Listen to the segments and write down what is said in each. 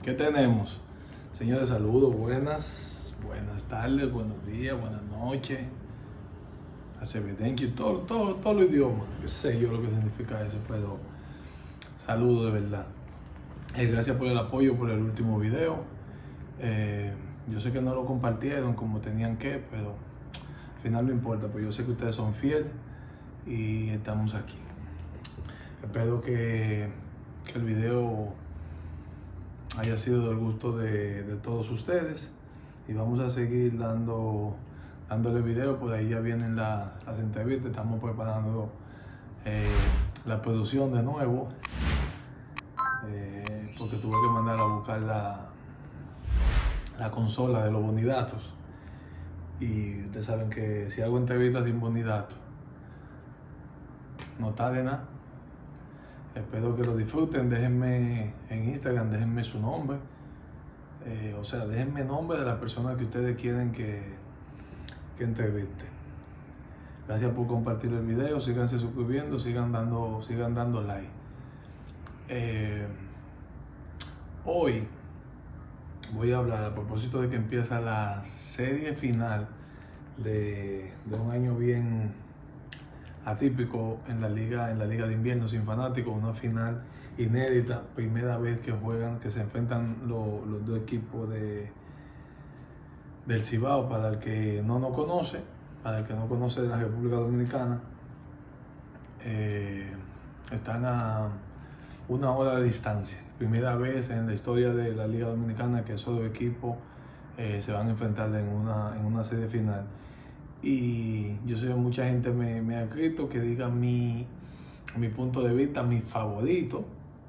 ¿Qué tenemos? Señores, saludos, buenas tardes, buenos días, buenas noches. Acevedenki, todo los idiomas, qué sé yo lo que significa eso, pero saludos de verdad. Gracias por el apoyo por el último video. Yo sé que no lo compartieron como tenían que, pero al final no importa, pues yo sé que ustedes son fieles y estamos aquí. Espero que el video haya sido del gusto de todos ustedes y vamos a seguir dándole video. Por ahí ya vienen las entrevistas, estamos preparando la producción de nuevo, porque tuve que mandar a buscar la consola de los bonidatos, y ustedes saben que si hago entrevistas sin bonidatos no está de nada. Espero que lo disfruten. Déjenme en Instagram, déjenme su nombre, déjenme nombre de la persona que ustedes quieren que entreviste. Gracias por compartir el video, síganse suscribiendo, sigan dando like. Hoy voy a hablar a propósito de que empieza la serie final de un año bien atípico en la liga de invierno sin fanáticos, una final inédita, primera vez que se enfrentan los dos equipos del Cibao. Para el que no nos conoce, de la República Dominicana, están a 1 hora de distancia. Primera vez en la historia de la Liga Dominicana que esos dos equipos se van a enfrentar en una serie final. Y yo sé que mucha gente me ha escrito que diga mi punto de vista, mi favorito.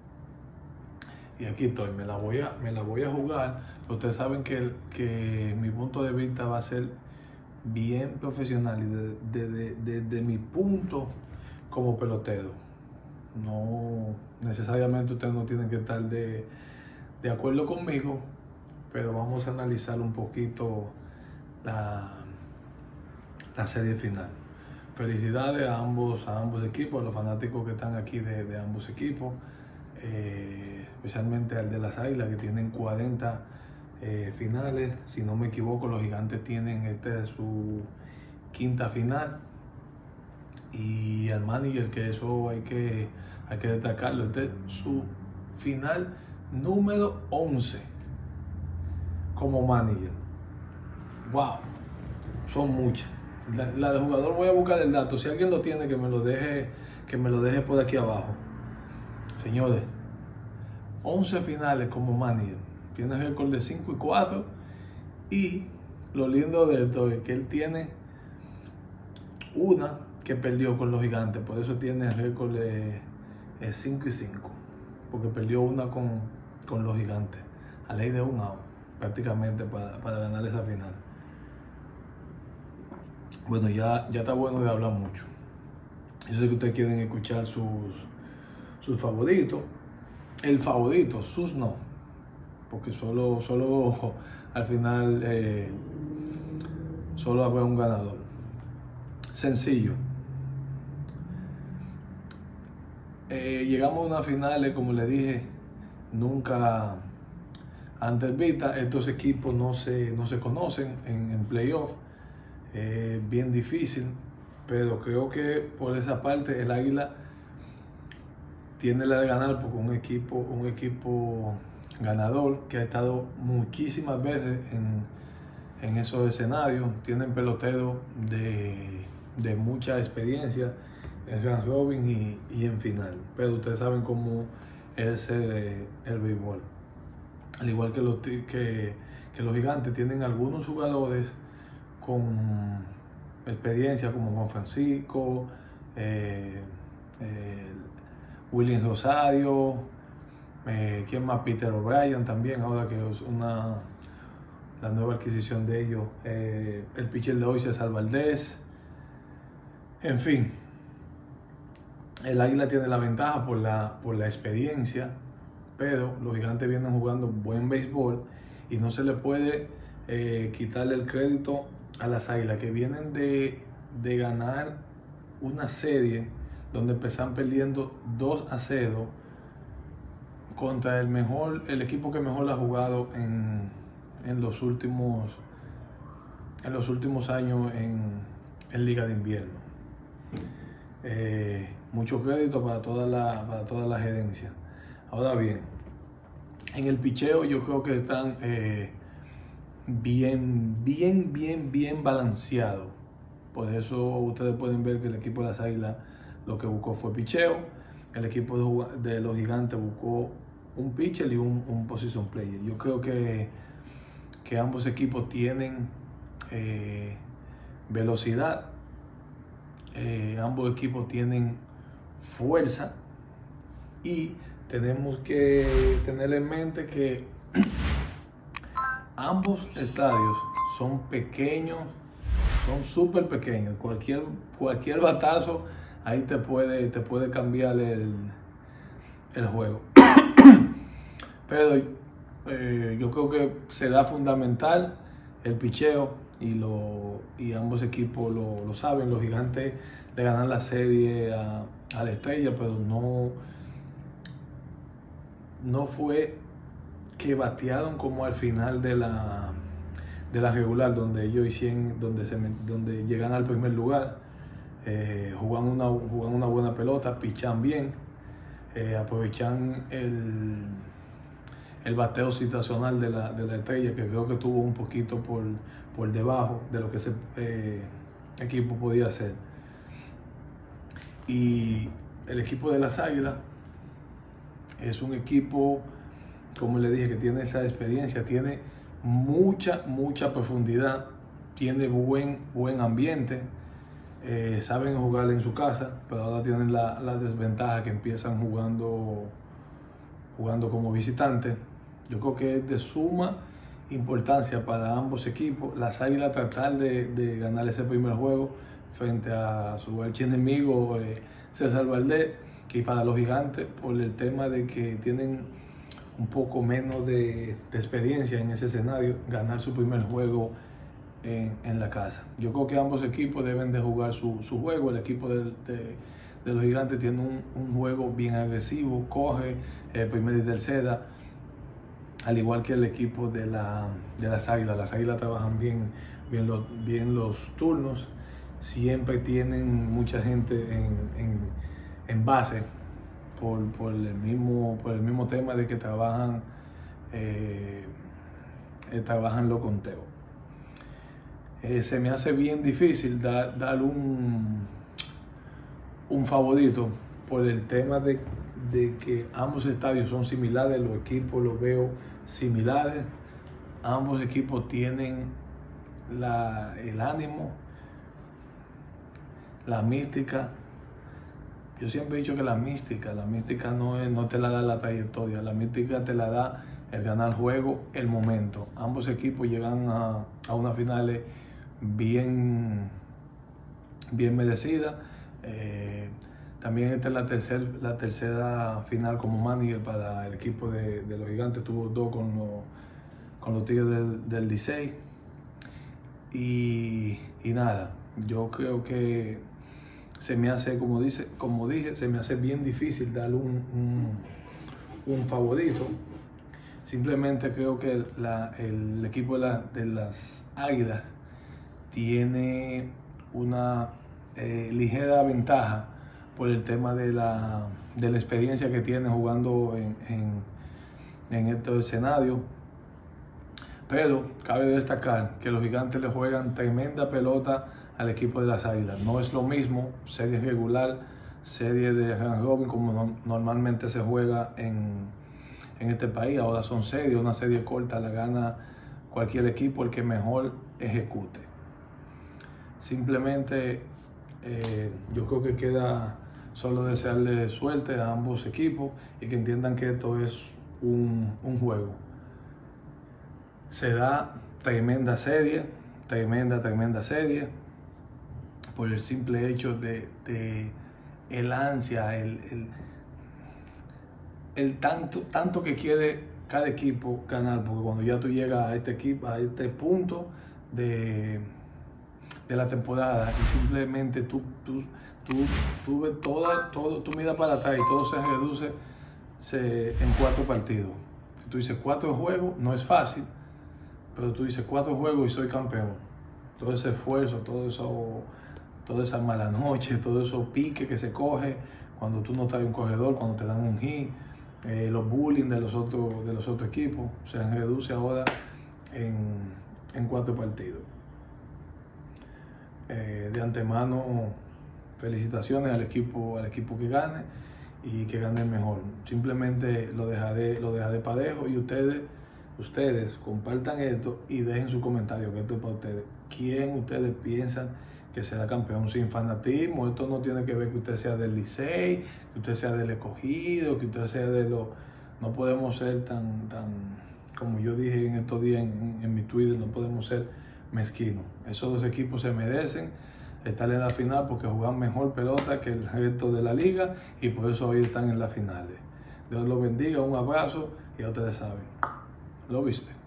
Y aquí estoy, me la voy a jugar. Ustedes saben que mi punto de vista va a ser bien profesional y desde mi punto como pelotero. No necesariamente ustedes no tienen que estar de acuerdo conmigo, pero vamos a analizar un poquito la serie final. Felicidades a ambos equipos, a los fanáticos que están aquí de ambos equipos, especialmente al de las Águilas, que tienen 40 finales. Si no me equivoco, los Gigantes tienen esta es su 5ª final. Y al manager, que eso hay que destacarlo, este es su final número 11 como manager. Wow, son muchas. La de jugador voy a buscar el dato. Si alguien lo tiene, que me lo deje por aquí abajo. Señores, 11 finales como manager. Tiene récord de 5-4. Y lo lindo de esto es que él tiene una que perdió con los Gigantes. Por eso tiene récord de 5-5. Porque perdió una con los Gigantes. A ley de un out, prácticamente, para ganar esa final. Bueno, ya está bueno de hablar mucho. Yo sé que ustedes quieren escuchar sus favoritos. El favorito, sus no. Porque solo al final solo habrá un ganador. Sencillo. Llegamos a una final, como les dije, nunca antes vista. Estos equipos no se conocen en playoff. Bien difícil, pero creo que por esa parte el Águila tiene la de ganar, porque un equipo ganador que ha estado muchísimas veces en esos escenarios. Tienen peloteros de mucha experiencia en round robin y en final, pero ustedes saben cómo es el béisbol. Al igual que los Gigantes, tienen algunos jugadores con experiencia, como Juan Francisco, William Rosario, ¿quién más? Peter O'Brien también, ahora que es la nueva adquisición de ellos, el pitcher de hoy, César Valdés. En fin, el Águila tiene la ventaja por la experiencia, pero los Gigantes vienen jugando buen béisbol y no se le puede quitarle el crédito a las Águilas, que vienen de ganar una serie donde empezaron perdiendo 2-0 contra el equipo que mejor ha jugado en los últimos años en Liga de Invierno. Mucho crédito para toda la gerencia. Ahora bien, en el picheo yo creo que están bien balanceados. Por eso ustedes pueden ver que el equipo de las Águilas lo que buscó fue picheo. El equipo de los Gigantes buscó un pitcher y un position player. Yo creo que ambos equipos tienen velocidad, ambos equipos tienen fuerza, y tenemos que tener en mente que ambos estadios son pequeños, son súper pequeños. Cualquier batazo ahí te puede cambiar el juego. Pero yo creo que se da fundamental el picheo, y ambos equipos lo saben. Los Gigantes le ganan la serie a la Estrella, pero no fue que batearon como al final de la regular, donde ellos donde llegan al primer lugar, jugan una buena pelota, pichan bien, aprovechan el bateo situacional de la Estrella, que creo que estuvo un poquito por debajo de lo que ese equipo podía hacer. Y el equipo de las Águilas es un equipo, como le dije, que tiene esa experiencia, tiene mucha profundidad, tiene buen ambiente, saben jugar en su casa, pero ahora tienen la desventaja que empiezan jugando como visitantes. Yo creo que es de suma importancia para ambos equipos. Las Águilas tratar de ganar ese primer juego frente a su archienemigo César Valdés, y para los Gigantes, por el tema de que tienen un poco menos de experiencia en ese escenario, ganar su primer juego en la casa. Yo creo que ambos equipos deben de jugar su juego. El equipo de los Gigantes tiene un juego bien agresivo, coge primera y tercera, al igual que el equipo de las Águilas. Las Águilas trabajan bien los turnos, siempre tienen mucha gente en base por el mismo tema de que trabajan los conteos. Se me hace bien difícil dar un favorito por el tema de que ambos estadios son similares. Los equipos los veo similares. Ambos equipos tienen el ánimo, la mística. Yo siempre he dicho que la mística no te la da la trayectoria, la mística te la da el ganar juego, el momento. Ambos equipos llegan a unas finales bien merecidas. También esta es la tercera final como manager para el equipo de los Gigantes. Tuvo 2 con los Tigres del Licey. Y nada, yo creo que se me hace, como dije, se me hace bien difícil darle un favorito. Simplemente creo que el equipo de las Águilas tiene una ligera ventaja por el tema de la experiencia que tiene jugando en estos escenarios. Pero cabe destacar que los Gigantes le juegan tremenda pelota al equipo de las Águilas. No es lo mismo serie regular, serie de round robin, como normalmente se juega en este país. Ahora son series, una serie corta la gana cualquier equipo, el que mejor ejecute. Simplemente yo creo que queda solo desearle suerte a ambos equipos y que entiendan que esto es un juego. Se da tremenda serie, por el simple hecho de el ansia, el tanto que quiere cada equipo ganar, porque cuando ya tú llegas a este punto de la temporada y simplemente tú ves tú miras para atrás y todo se reduce en 4 partidos. Si tú dices 4 juegos, no es fácil, pero tú dices 4 juegos y soy campeón. Todo ese esfuerzo, toda esa mala noche, todo eso pique que se coge cuando tú no traes un corredor, cuando te dan un hit, los bullying de los otros equipos, se reduce ahora en 4 partidos. De antemano, felicitaciones al equipo que gane y que gane el mejor. Simplemente lo dejaré parejo y ustedes compartan esto y dejen su comentario, que esto es para ustedes. ¿Quién ustedes piensan que será campeón? Sin fanatismo, esto no tiene que ver que usted sea del Licey, que usted sea del Escogido, que usted sea de los... No podemos ser tan como yo dije en estos días en mi Twitter, no podemos ser mezquinos. Esos 2 equipos se merecen estar en la final porque juegan mejor pelota que el resto de la liga y por eso hoy están en las finales. Dios los bendiga, un abrazo y ya ustedes saben. ¿Lo viste?